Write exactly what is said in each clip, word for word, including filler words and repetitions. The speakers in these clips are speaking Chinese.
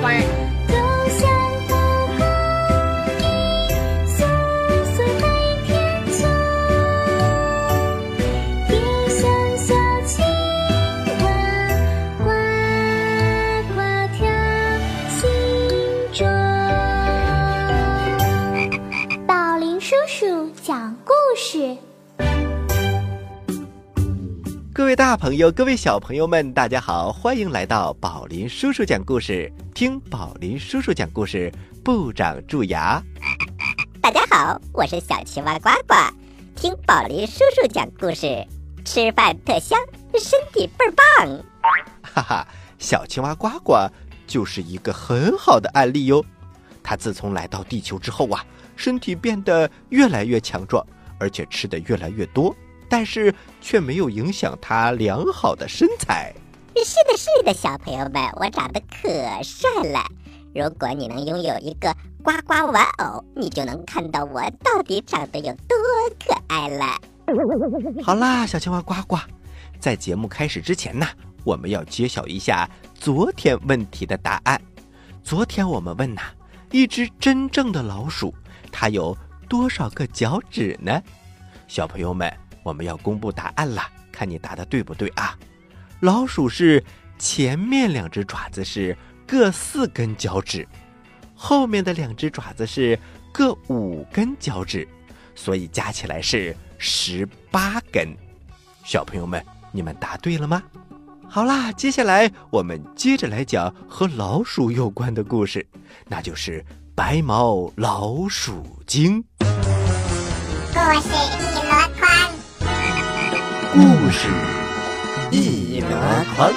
各位大朋友，各位小朋友们，大家好，欢迎来到宝林叔叔讲故事，听宝林叔叔讲故事，不长蛀牙。 大家好，我是小青蛙呱呱，听宝林叔叔讲故事，吃饭特香，身体倍儿棒。 哈哈，小青蛙呱呱就是一个很好的案例哟。他自从来到地球之后啊，身体变得越来越强壮，而且吃得越来越多，但是却没有影响他良好的身材。 是的是的，小朋友们，我长得可帅了。如果你能拥有一个呱呱玩偶，你就能看到我到底长得有多可爱了。 好啦，小青蛙呱呱，在节目开始之前呢，我们要揭晓一下昨天问题的答案。昨天我们问呐、啊，一只真正的老鼠，它有多少个脚趾呢？小朋友们，我们要公布答案了，看你答得对不对啊？老鼠是前面两只爪子是各四根脚趾，后面的两只爪子是各五根脚趾，所以加起来是十八根。小朋友们，你们答对了吗？好啦，接下来我们接着来讲和老鼠有关的故事，那就是白毛老鼠精。 故事一箩筐， 故事一箩筐。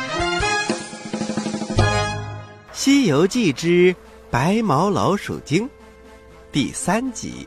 西游记之白毛老鼠精第三集。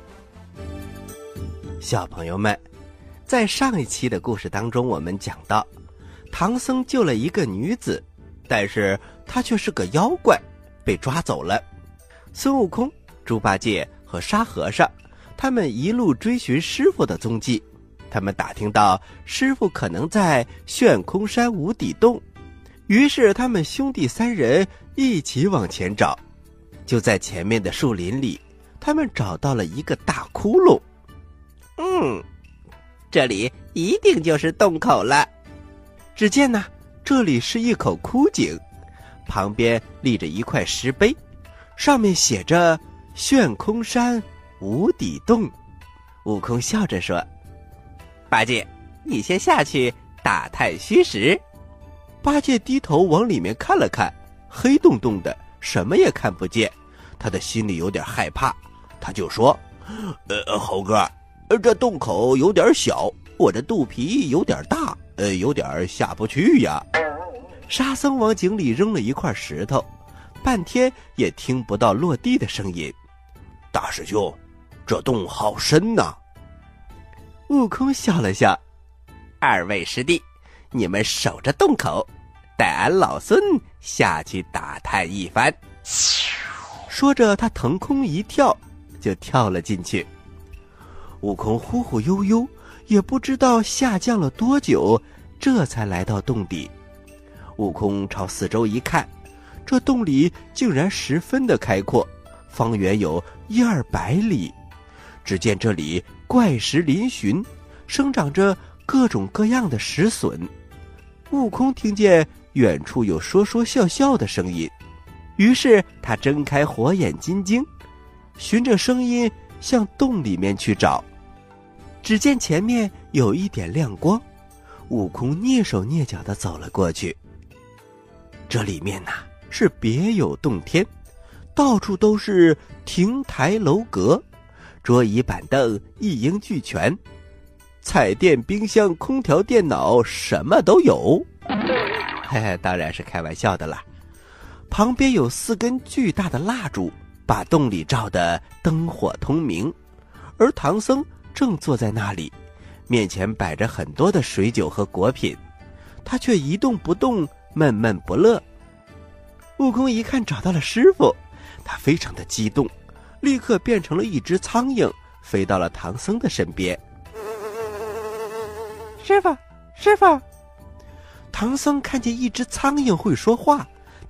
小朋友们，在上一期的故事当中，我们讲到唐僧救了一个女子，但是她却是个妖怪，被抓走了。孙悟空、猪八戒和沙和尚他们一路追寻师傅的踪迹，他们打听到师傅可能在旋空山无底洞，于是他们兄弟三人一起往前找。就在前面的树林里，他们找到了一个大窟窿。嗯，这里一定就是洞口了。只见呢，这里是一口枯井，旁边立着一块石碑，上面写着旋空山无底洞。悟空笑着说：八戒，你先下去打探虚实。八戒低头往里面看了看，黑洞洞的，什么也看不见，他的心里有点害怕，他就说：呃，猴哥，这洞口有点小，我的肚皮有点大，呃，有点下不去呀。沙僧往井里扔了一块石头，半天也听不到落地的声音。大师兄，这洞好深呐。悟空笑了笑：二位师弟，你们守着洞口，待俺老孙下去打探一番。说着他腾空一跳，就跳了进去。悟空忽忽悠悠，也不知道下降了多久，这才来到洞底。悟空朝四周一看，这洞里竟然十分的开阔，方圆有一二百里。只见这里怪石嶙峋，生长着各种各样的石笋。悟空听见远处有说说笑笑的声音，于是他睁开火眼金睛，循着声音向洞里面去找。只见前面有一点亮光，悟空蹑手蹑脚地走了过去。这里面呐、啊、是别有洞天，到处都是亭台楼阁，桌椅板凳一应俱全，彩电、冰箱、空调、电脑什么都有。嘿嘿，当然是开玩笑的啦。旁边有四根巨大的蜡烛，把洞里照得灯火通明，而唐僧正坐在那里，面前摆着很多的水酒和果品，他却一动不动，闷闷不乐。悟空一看找到了师傅，他非常的激动，立刻变成了一只苍蝇，飞到了唐僧的身边。师傅，师傅！唐僧看见一只苍蝇会说话，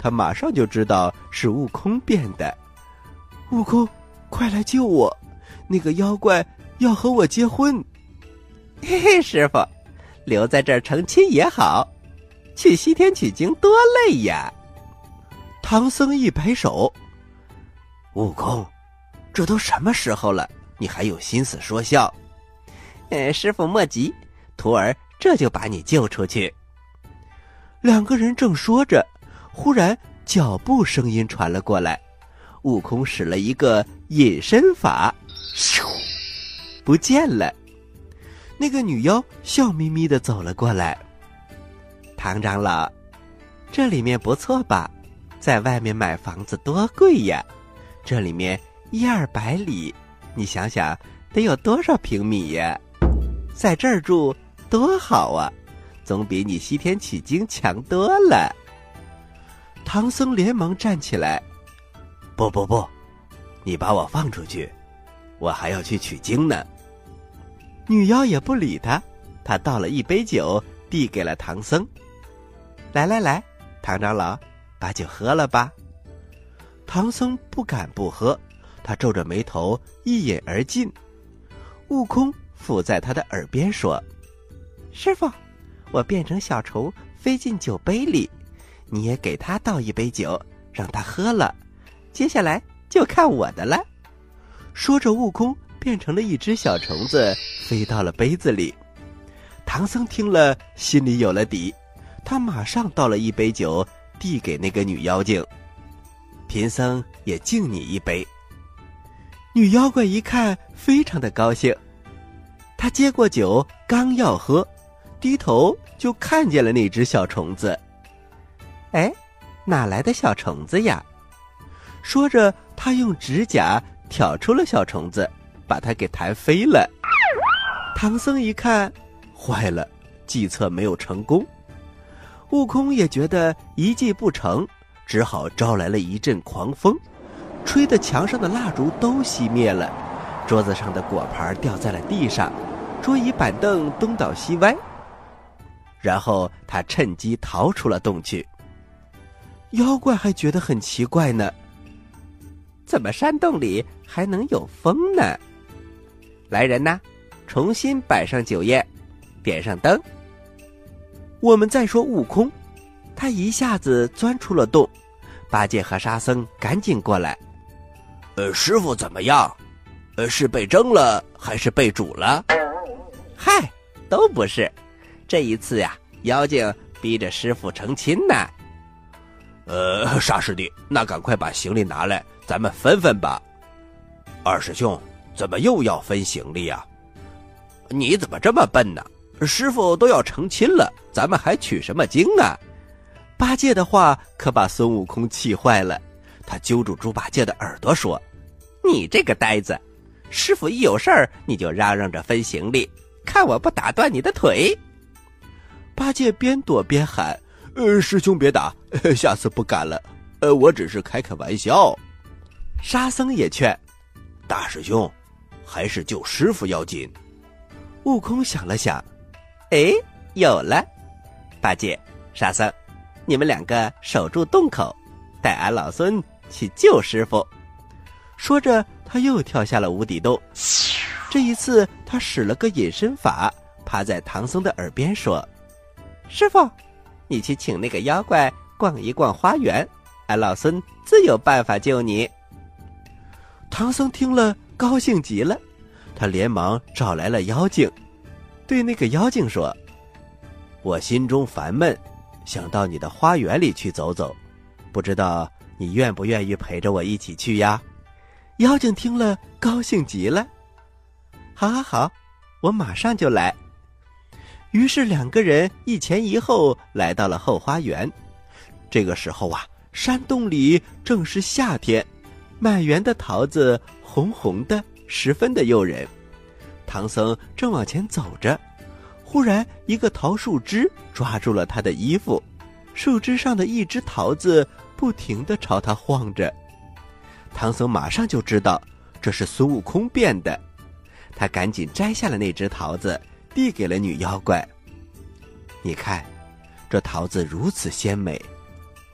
他马上就知道是悟空变的。悟空，快来救我！那个妖怪要和我结婚。 嘿嘿，师傅，留在这儿成亲也好，去西天取经多累呀。 唐僧一摆手，悟空，这都什么时候了，你还有心思说笑？ 呃，师傅莫急，徒儿这就把你救出去。 两个人正说着，忽然脚步声音传了过来，悟空使了一个隐身法，咻，不见了。那个女妖笑眯眯地走了过来。 唐长老，这里面不错吧？在外面买房子多贵呀，这里面一二百里，你想想得有多少平米呀？在这儿住多好啊，总比你西天取经强多了。 唐僧连忙站起来，不不不，你把我放出去，我还要去取经呢。女妖也不理他，她倒了一杯酒递给了唐僧。 来来来，唐长老，把酒喝了吧。 唐僧不敢不喝，他皱着眉头一饮而尽。悟空附在他的耳边说： 师傅，我变成小虫飞进酒杯里，你也给他倒一杯酒，让他喝了，接下来就看我的了。 说着，悟空变成了一只小虫子，飞到了杯子里。唐僧听了，心里有了底，他马上倒了一杯酒递给那个女妖精。贫僧也敬你一杯。女妖怪一看，非常的高兴，她接过酒刚要喝，低头就看见了那只小虫子。 哎，哪来的小虫子呀？ 说着，她用指甲挑出了小虫子，把它给弹飞了。唐僧一看，坏了，计策没有成功。悟空也觉得一计不成，只好招来了一阵狂风，吹得墙上的蜡烛都熄灭了，桌子上的果盘掉在了地上，桌椅板凳东倒西歪。然后他趁机逃出了洞去。妖怪还觉得很奇怪呢， 怎么山洞里还能有风呢？来人呐，重新摆上酒宴，点上灯。 我们再说悟空，他一下子钻出了洞，八戒和沙僧赶紧过来。呃，师傅怎么样？呃，是被蒸了还是被煮了？ 嗨，都不是。这一次呀，妖精逼着师傅成亲呢。 呃，沙师弟，那赶快把行李拿来，咱们分分吧。二师兄，怎么又要分行李呀？你怎么这么笨呢？师傅都要成亲了，咱们还取什么经啊？八戒的话可把孙悟空气坏了，他揪住猪八戒的耳朵说： 你这个呆子，师傅一有事儿你就嚷嚷着分行李，看我不打断你的腿。 八戒边躲边喊：呃，师兄别打，下次不敢了，呃，我只是开开玩笑。沙僧也劝：大师兄，还是救师傅要紧。悟空想了想， 哎，有了！八戒、沙僧，你们两个守住洞口，带俺老孙去救师傅。 说着，他又跳下了无底洞。这一次，他使了个隐身法，趴在唐僧的耳边说： 师傅，你去请那个妖怪逛一逛花园，俺老孙自有办法救你。 唐僧听了，高兴极了，他连忙找来了妖精，对那个妖精说：我心中烦闷，想到你的花园里去走走，不知道你愿不愿意陪着我一起去呀？妖精听了，高兴极了。好好好，我马上就来。于是两个人一前一后来到了后花园。这个时候啊，山洞里正是夏天，满园的桃子红红的，十分的诱人。唐僧正往前走着，忽然一个桃树枝抓住了他的衣服，树枝上的一只桃子不停地朝他晃着。唐僧马上就知道这是孙悟空变的，他赶紧摘下了那只桃子，递给了女妖怪。你看，这桃子如此鲜美，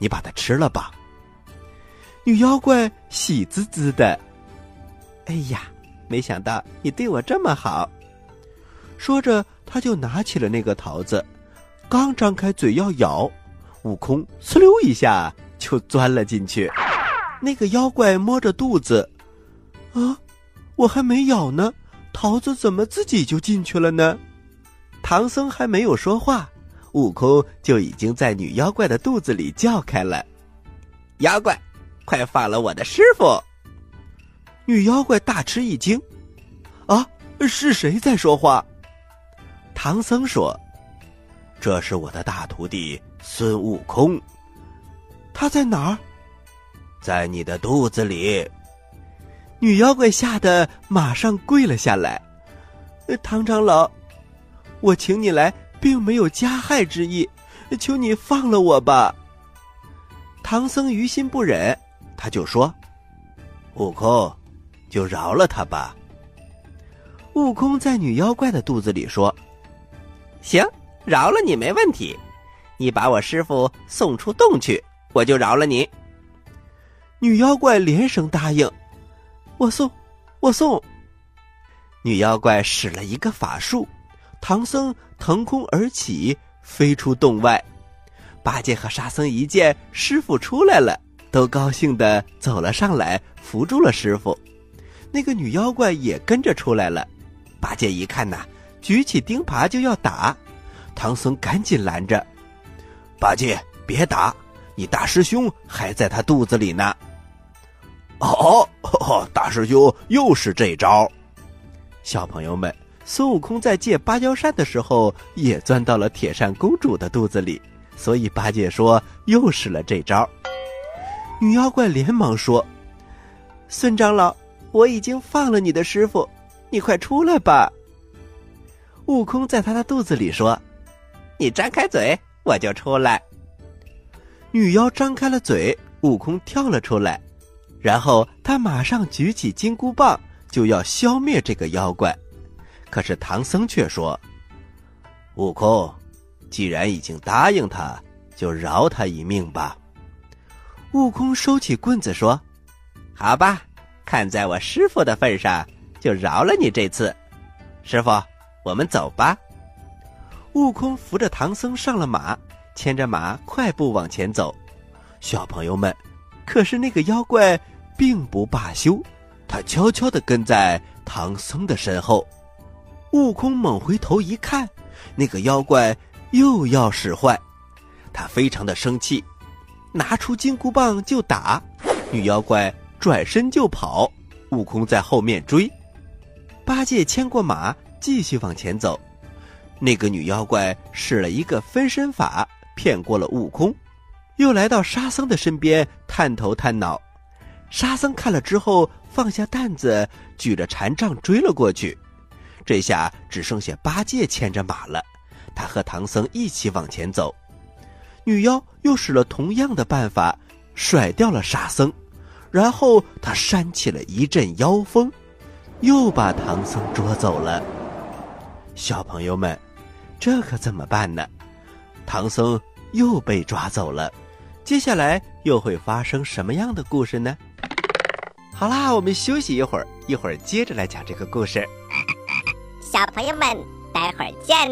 你把它吃了吧。女妖怪喜滋滋的，哎呀，没想到你对我这么好。说着，他就拿起了那个桃子，刚张开嘴要咬，悟空哧溜一下就钻了进去。那个妖怪摸着肚子，啊，我还没咬呢，桃子怎么自己就进去了呢？唐僧还没有说话，悟空就已经在女妖怪的肚子里叫开了：妖怪，快放了我的师傅！女妖怪大吃一惊，啊，是谁在说话？唐僧说：这是我的大徒弟孙悟空。他在哪儿？在你的肚子里。女妖怪吓得马上跪了下来：唐长老，我请你来并没有加害之意，求你放了我吧。唐僧于心不忍，他就说：悟空，就饶了他吧。悟空在女妖怪的肚子里说：行，饶了你没问题，你把我师父送出洞去，我就饶了你。女妖怪连声答应：我送，我送。女妖怪使了一个法术，唐僧腾空而起，飞出洞外。八戒和沙僧一见师父出来了，都高兴地走了上来，扶住了师父。那个女妖怪也跟着出来了。八戒一看呐，举起钉耙就要打，唐僧赶紧拦着：八戒，别打，你大师兄还在他肚子里呢。哦哦，大师兄又是这招。小朋友们，孙悟空在借芭蕉扇的时候也钻到了铁扇公主的肚子里，所以八戒说又使了这招。女妖怪连忙说：孙长老，我已经放了你的师傅，你快出来吧。悟空在他的肚子里说：你张开嘴，我就出来。女妖张开了嘴，悟空跳了出来，然后他马上举起金箍棒，就要消灭这个妖怪。可是唐僧却说：悟空，既然已经答应他，就饶他一命吧。悟空收起棍子说：好吧，看在我师父的份上，就饶了你这次。师父，我们走吧。悟空扶着唐僧上了马，牵着马快步往前走。小朋友们，可是那个妖怪并不罢休，他悄悄地跟在唐僧的身后。悟空猛回头一看，那个妖怪又要使坏，他非常的生气，拿出金箍棒就打。女妖怪转身就跑，悟空在后面追。八戒牵过马继续往前走。那个女妖怪使了一个分身法，骗过了悟空，又来到沙僧的身边探头探脑。沙僧看了之后放下担子，举着禅杖追了过去。这下只剩下八戒牵着马了，他和唐僧一起往前走。女妖又使了同样的办法，甩掉了沙僧，然后他扇起了一阵妖风，又把唐僧捉走了。小朋友们，这可怎么办呢？唐僧又被抓走了，接下来又会发生什么样的故事呢？好啦，我们休息一会儿，一会儿接着来讲这个故事。 小朋友们，待会儿见。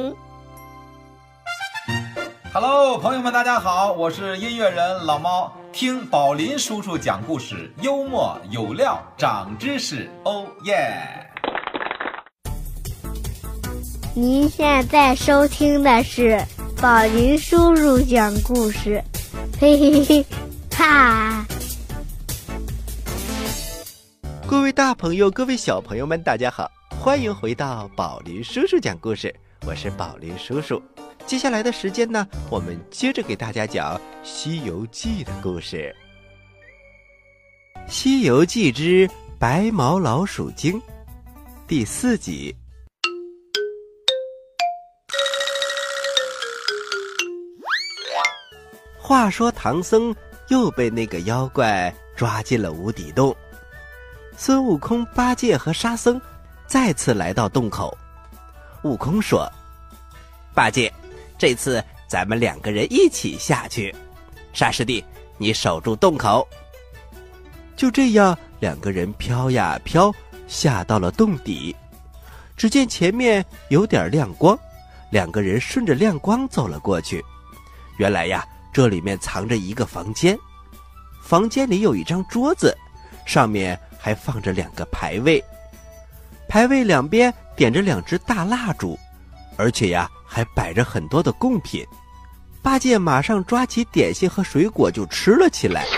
Hello， 朋友们，大家好，我是音乐人老猫。听宝林叔叔讲故事，幽默有料，长知识，哦耶！ 您现在收听的是宝林叔叔讲故事，嘿嘿嘿，哈！ 各位大朋友，各位小朋友们，大家好，欢迎回到宝林叔叔讲故事，我是宝林叔叔。接下来的时间呢，我们接着给大家讲《西游记》的故事。《西游记之白毛老鼠精》第四集。话说唐僧又被那个妖怪抓进了无底洞，孙悟空、八戒和沙僧再次来到洞口。悟空说：八戒，这次咱们两个人一起下去。沙师弟， 你守住洞口。就这样，两个人飘呀飘，下到了洞底。只见前面有点亮光，两个人顺着亮光走了过去。原来呀，这里面藏着一个房间。房间里有一张桌子，上面还放着两个牌位，牌位两边点着两只大蜡烛，而且呀，还摆着很多的贡品。八戒马上抓起点心和水果就吃了起来，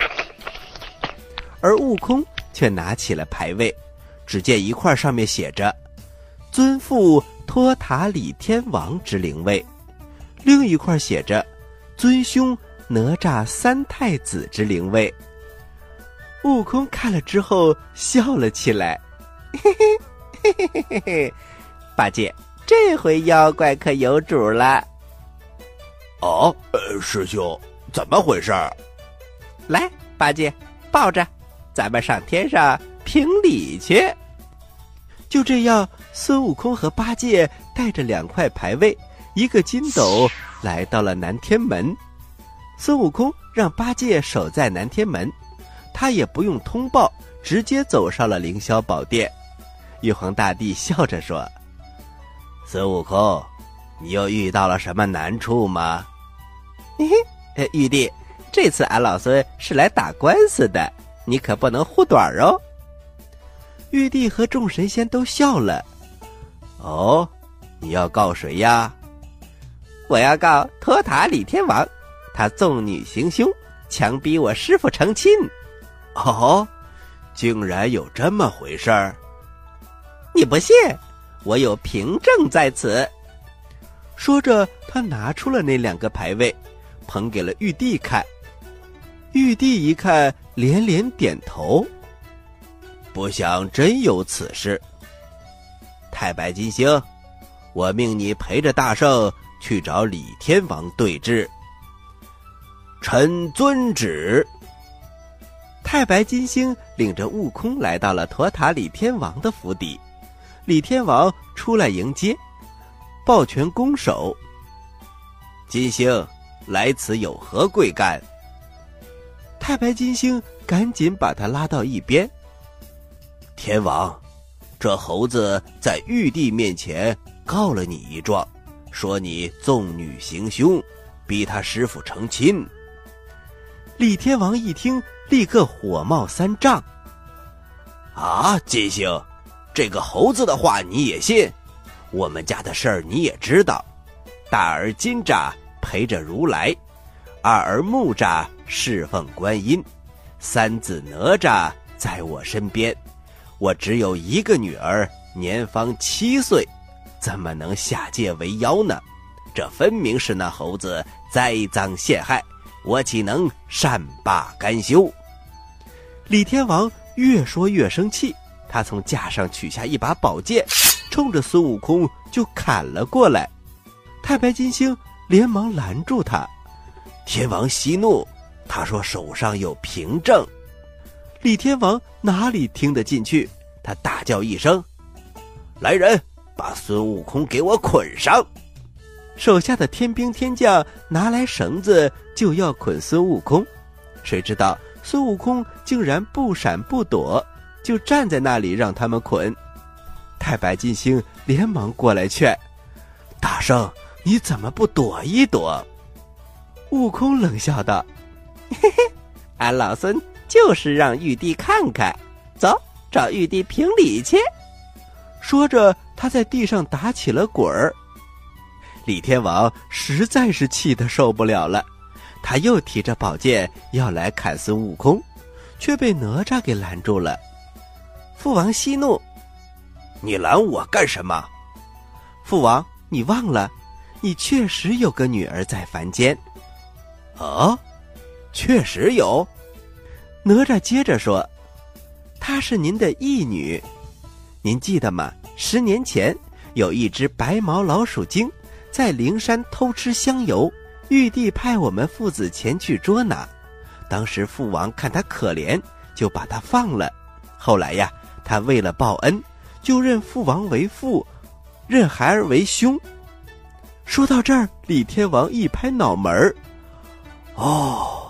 而悟空却拿起了牌位，只见一块上面写着尊父托塔李天王之灵位，另一块写着尊兄哪吒三太子之灵位。悟空看了之后笑了起来，嘿嘿嘿嘿嘿嘿，八戒，这回妖怪可有主了。 哦，呃，师兄，怎么回事？ 来，八戒，抱着，咱们上天上评理去。就这样，孙悟空和八戒带着两块牌位，一个筋斗，来到了南天门。孙悟空让八戒守在南天门，他也不用通报，直接走上了凌霄宝殿。玉皇大帝笑着说：“孙悟空，你又遇到了什么难处吗？”嘿嘿，玉帝，这次俺老孙是来打官司的，你可不能护短哦。玉帝和众神仙都笑了。哦，你要告谁呀？我要告托塔李天王，他纵女行凶，强逼我师父成亲。 哦，竟然有这么回事儿？ 你不信？我有凭证在此。说着，他拿出了那两个牌位，捧给了玉帝看。玉帝一看，连连点头。 不想真有此事。太白金星，我命你陪着大圣去找李天王对质。臣遵旨。 太白金星领着悟空来到了托塔李天王的府邸。李天王出来迎接，抱拳拱手：“ 金星，来此有何贵干？” 太白金星赶紧把他拉到一边。 天王，这猴子在玉帝面前告了你一状，说你纵女行凶，逼他师父成亲。 李天王一听，立刻火冒三丈。 啊，金星，这个猴子的话你也信？我们家的事儿你也知道。大儿金吒陪着如来，二儿木吒侍奉观音，三子哪吒在我身边。我只有一个女儿，年方七岁，怎么能下界为妖呢？这分明是那猴子栽赃陷害，我岂能善罢甘休？ 李天王越说越生气，他从架上取下一把宝剑，冲着孙悟空就砍了过来。太白金星连忙拦住他。 天王息怒，他说手上有凭证。 李天王哪里听得进去，他大叫一声：“ 来人，把孙悟空给我捆上！” 手下的天兵天将拿来绳子就要捆孙悟空，谁知道孙悟空竟然不闪不躲，就站在那里让他们捆。太白金星连忙过来劝：“ 大圣，你怎么不躲一躲？” 悟空冷笑道：“嘿嘿，俺老孙就是让玉帝看看，走，找玉帝评理去。”说着，他在地上打起了滚儿。李天王实在是气得受不了了，他又提着宝剑要来砍孙悟空，却被哪吒给拦住了。父王息怒：“ 你拦我干什么？”“ 父王，你忘了，你确实有个女儿在凡间。”“ 啊，确实有。” 哪吒接着说：“她是您的义女，您记得吗？十年前有一只白毛老鼠精在灵山偷吃香油，玉帝派我们父子前去捉拿。当时父王看他可怜，就把他放了。后来呀，他为了报恩，就认父王为父，认孩儿为兄。”说到这儿，李天王一拍脑门儿：“ 哦，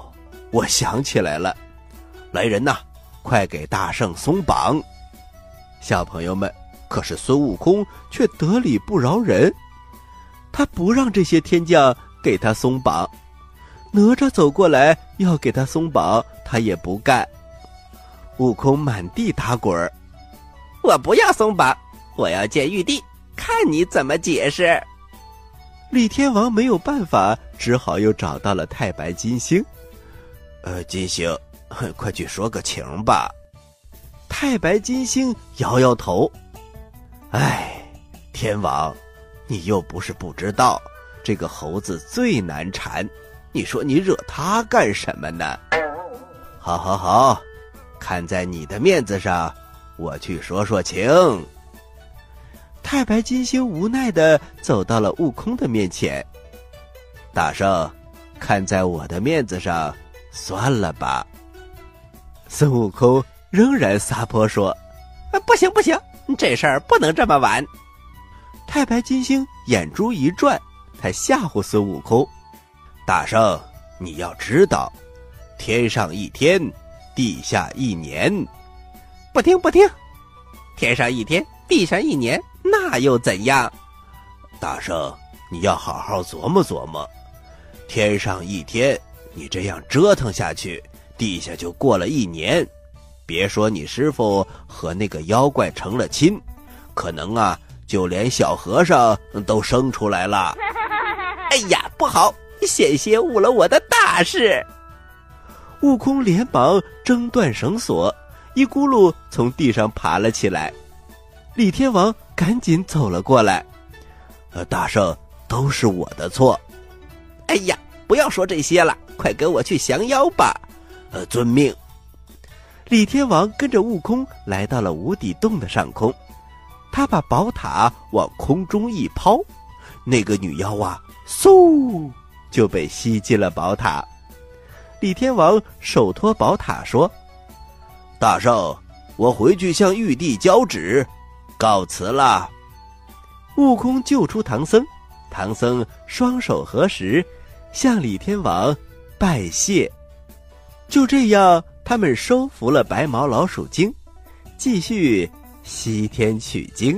我想起来了，来人呐，快给大圣松绑！ 小朋友们，可是孙悟空却得理不饶人，他不让这些天将给他松绑。哪吒走过来要给他松绑，他也不干。悟空满地打滚， 我不要松绑，我要见玉帝，看你怎么解释。 李天王没有办法，只好又找到了太白金星。 呃，金星，快去说个情吧。 太白金星摇摇头， 哎，天王，你又不是不知道，这个猴子最难缠，你说你惹他干什么呢？好好好，看在你的面子上，我去说说情。 太白金星无奈地走到了悟空的面前。 大圣，看在我的面子上，算了吧。 孙悟空仍然撒泼说：“ 不行不行，这事儿不能这么玩。” 太白金星眼珠一转，他吓唬孙悟空：“ 大圣，你要知道，天上一天，地下一年。” 不听不听，天上一天，地上一年，那又怎样？ 大圣，你要好好琢磨琢磨，天上一天，你这样折腾下去，地下就过了一年。别说你师傅和那个妖怪成了亲，可能啊，就连小和尚都生出来了。 哎呀，不好，险些误了我的大事。 悟空连忙挣断绳索，一咕噜从地上爬了起来。李天王赶紧走了过来：“ 呃，大圣，都是我的错。” 哎呀，不要说这些了，快跟我去降妖吧。 呃，遵命。 李天王跟着悟空来到了无底洞的上空，他把宝塔往空中一抛，那个女妖啊，嗖就被吸进了宝塔。李天王手托宝塔说：“ 大圣，我回去向玉帝交旨，告辞了。” 悟空救出唐僧，唐僧双手合十，向李天王拜谢。就这样，他们收服了白毛老鼠精，继续西天取经。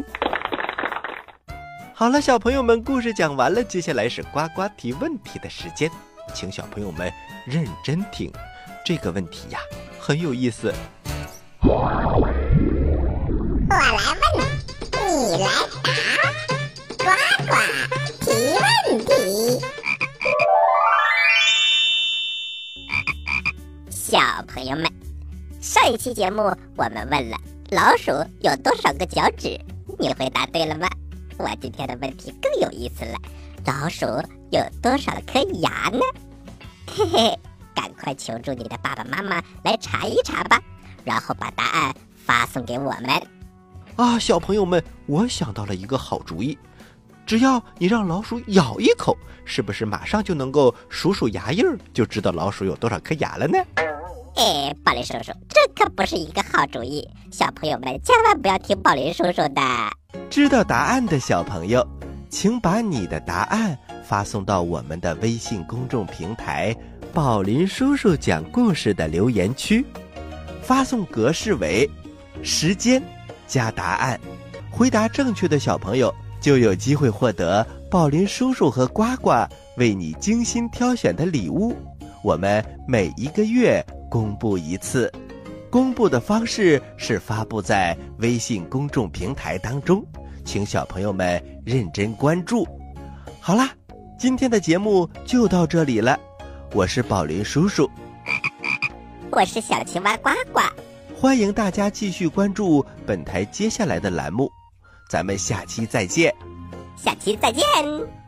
好了，小朋友们，故事讲完了，接下来是呱呱提问题的时间，请小朋友们认真听，这个问题呀很有意思。 我来问，你来答，呱呱提问题。 小朋友们，上一期节目我们问了老鼠有多少个脚趾，你回答对了吗？我今天的问题更有意思了，老鼠有多少颗牙呢？嘿嘿，赶快求助你的爸爸妈妈来查一查吧，然后把答案发送给我们。 啊，小朋友们，我想到了一个好主意，只要你让老鼠咬一口，是不是马上就能够数数牙印儿，就知道老鼠有多少颗牙了呢？ 哎，宝林叔叔，这可不是一个好主意，小朋友们千万不要听宝林叔叔的。 知道答案的小朋友，请把你的答案发送到我们的微信公众平台宝林叔叔讲故事的留言区，发送格式为时间加答案，回答正确的小朋友就有机会获得宝林叔叔和呱呱为你精心挑选的礼物。我们每一个月公布一次，公布的方式是发布在微信公众平台当中，请小朋友们认真关注。好啦，今天的节目就到这里了，我是宝林叔叔， 我是小青蛙呱呱， 欢迎大家继续关注本台接下来的栏目，咱们下期再见。 下期再见。